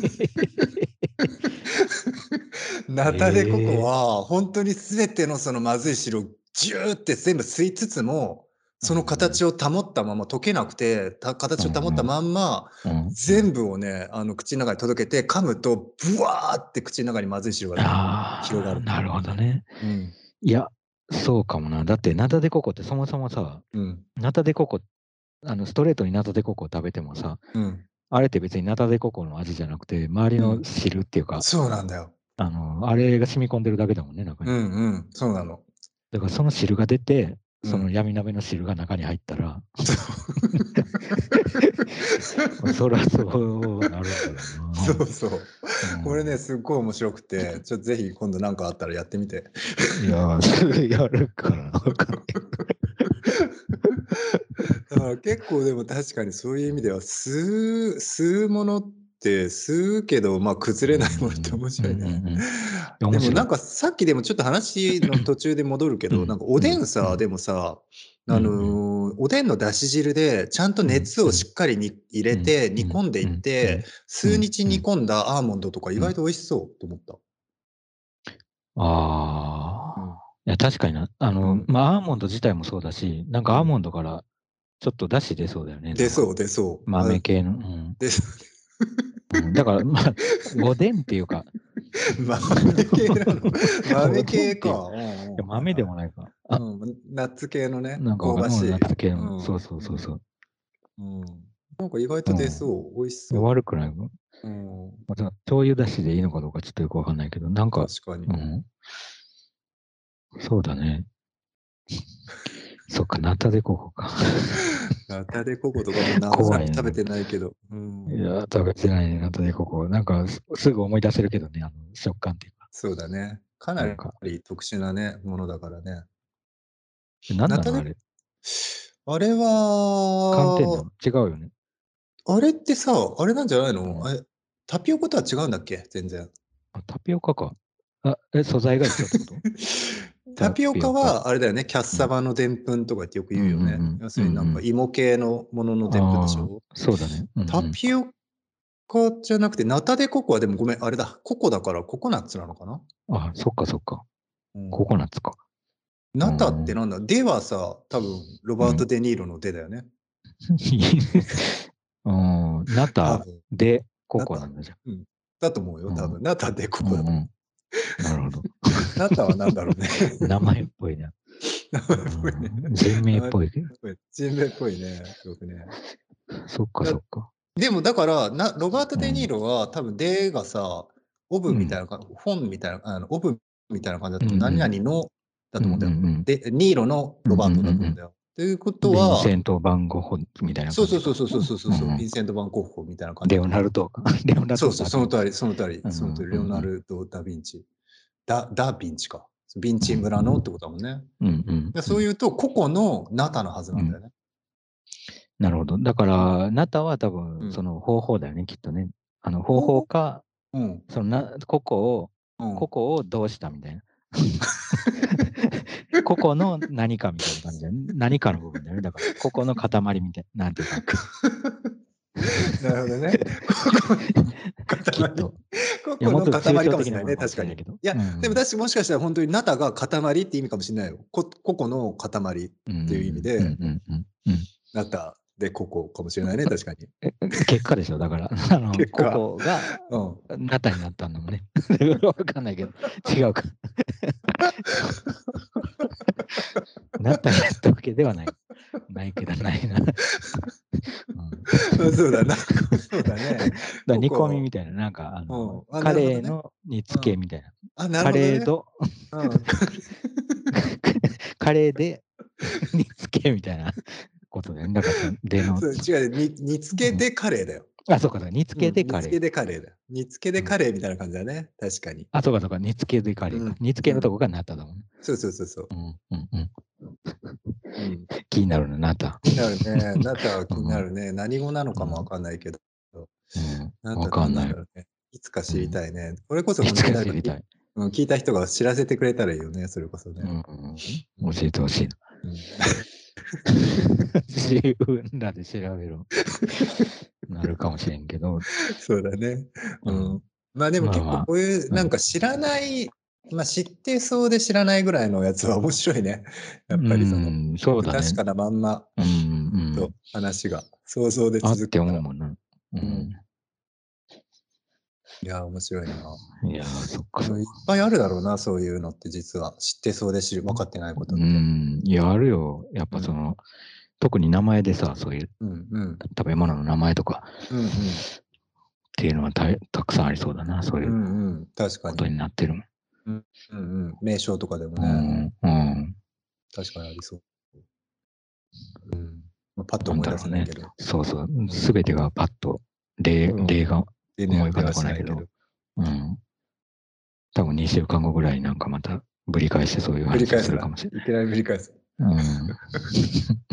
ナタデココええは、ほんとに全てのそのまずい汁をジューって全部吸いつつも、そのうん形を保ったまま溶けなくて、 うん形を保ったまんま、全部をね、口の中に届けて、噛むとブワーって口の中にまずい汁が広がああ、 る。 なるほどね。 うん、 いや、そうかもな。だって、ナタデココってそもそもさ、 うん、 ナタデココ、ストレートにナタデココを食べてもさ、 うん、 あれって別にナタデココの味じゃなくて、周りうん。 の汁っていうか、 そうなんだよ。 あれが染み込んでるだけだもんね、中に。 うんうん、そうなの。 だからその汁が出て、そのうん。 闇鍋の汁が中に入ったら、 そう。 そりゃそうなるんだろうな。 そうそう。これね、すっごい面白くて、ぜひ今度なんかあったらやってみて。 いや、すぐやるから、わかんない。 だから結構でも確かにそういう意味では、吸うものって吸うけど、崩れないものって面白いね。でもな面白い。 んかさっきでもちょっと話の途中で戻るけど、なんうん、 かおうん、 でんさ、 うん、 でもさ、 うん、 おでんのだし汁でちゃんとうん、 熱をうん、 しっかりに入れうん、 てうん、 煮込んでいっうん、うて、 ん、う数ん、 日煮込んだアーモンドとか意うん。 外と美味しそうと思った。 ああ。 うん。 いや、確かにな。 うん。 アーモンド自体もそうだし、なんかアーうん。 モンドからちょっと出汁出そうだよね、なんか。 出そう出そう。 豆系の。 出そう。 だから、おでんっていうか、 豆系なの？豆おでんっていう、い系か。うんうや、 ん、はい豆ではい。 もないか。 ナッツ系のね、 なんかわかんない。 香ばしい。 夏系の。 うん、 そうそううん、 そうそう。 うん。なんか意外と出うん。 そう、美味しそう。 悪くないわ。 うん、 醤油出汁でいいのかどうかちょっとよくわかんないけど、なんか、 確かに。 うん。そうだね。そっか、ナタデココか。 ナタデココとかも長ら怖いね。 く食べてないけど。うん、 いや、食べてないね、ナタデココ。なんかすぐ思い出せるけどね、食感っていうか。 そうだね。かななんか、 り特殊なね、ものだからね。 なんナタデなのあれ。 あれは、 寒天なの違うよね。 あれってさ、あれなんじゃないの？ うん。 タピオカとは違うんだっけ？全然。 タピオカか。素材が一緒ってこと？ タタピオカピオカ。 はあれだよね、キャッうん。 サバのでんぷんとかってよくうんうん言うよね。要すうん。 るになんか芋系のもののでんぷんでしああ、 ょ？ そうだね。うんうタん。 ピオカじゃなくて、ナタデココはでもごめん、あれだ、ココだからココナッツなのかな？ あ、そっかそっか。コうん。 コナッツか。うナタってん。 なんだ？ではさ、多分ロバート・うん。 デ・ニーロのでだよね。 うん。ナタ多分。 でコナタ。 コなんだじゃん。 うん。だと思うよ、 うん。 多分。ナタデコうんうコだと思う。 ん。なるほど。 ナタはなんだろうね。 名前っぽいな。 名前っぽいね。 人名名前っっぽいけど。 ぽい。人名っぽいね、すごくね。 そっかだそっか。 でもだから、ロバート・デ・ニーうん。 ロは多分「で」がさ、オブうん。 みたいなフォンみたいな、オブみたいな感じだと思う。何うんうん。 々のだうんうと思うんだよ。 んで、ニーロのうん。うんロバートうんうん。 だと思うんだよ。 ということヴィンは、 セント・バンゴッホみたいなそう感じか。 そうそうそうそうそうそう、 うんヴィンセント・バンゴッホみたいな感じレオナルドか。レオナルド・そうそう、 ダ・ヴィンチ。 その通り、その通り、レオナルド・ダ・ヴィンチ。ダ・ヴィンチか。ヴィンチ村のってことだもんね。そういうと、個々のナタのはずなんだよね。 なるほど。だから、ナタは多分、その方法だよね、きっとね。方法か、その個々をどうしたみたいな。個々の何かみたいな感じだよね。何かの部分だよね。だから、個々の塊みたいな、なんていうか。 なるほどね。 きっと。 個々の塊かもしれないね、確かに。 いや、でも私もしかしたら本当にナタが塊って意味かもしれないよ。個々の塊っていう意味で、ナタで個々かもしれないね、確かに。 結果でしょ、だから、個々がナタになったんだもんね。わかんないけど、違うか。ナタになったわけではない。ないけどないな。 そうだな。そうだね。 煮込みみたいな、なんか、カレーの煮付けみたいな。カレーと、カレーで煮付けみたいなことで、だから、での。 違う、煮付けでカレーだよ。 あ、そうか、煮付けでカレー。 煮付けでカレーだよ。煮付けでカレーみたいな感じだね。確かに。 あ、そうか、そうか、煮付けでカレーか。煮付けのとこがナタだもんね。 そうそうそうそう。 気になるな、ナタ。 気になるね。ナタは気になるね。何語なのかもわかんないけど。 わかんない。 いつか知りたいね。これこそいつか知りたい。 聞いた人が知らせてくれたらいいよね、それこそね。 教えてほしいな。自分らで調べろ。なるかもしれんけど。 そうだね。まあでも結構こういうなんか知らない、まあ知ってそうで知らないぐらいのやつは面白いね。やっぱりその、確かなまんまと話が想像で続くから。 あって思うもんな。 いや、面白いな。 いや、そっか。 いっぱいあるだろうな、そういうのって実は。知ってそうで分かってないことって。 いや、あるよ。やっぱその、特に名前でさ、そういう食べ物の名前とかっていうのはたくさんありそうだな、そういうことになってるもん。名称とかでもね。確かにありそう。パッと思い出せないけど。 そうそう。すべてがパッと例が思い浮かんでこないけど。多分2週間後ぐらいなんかまたぶり返してそういう話するかもしれない。 いきなりぶり返す。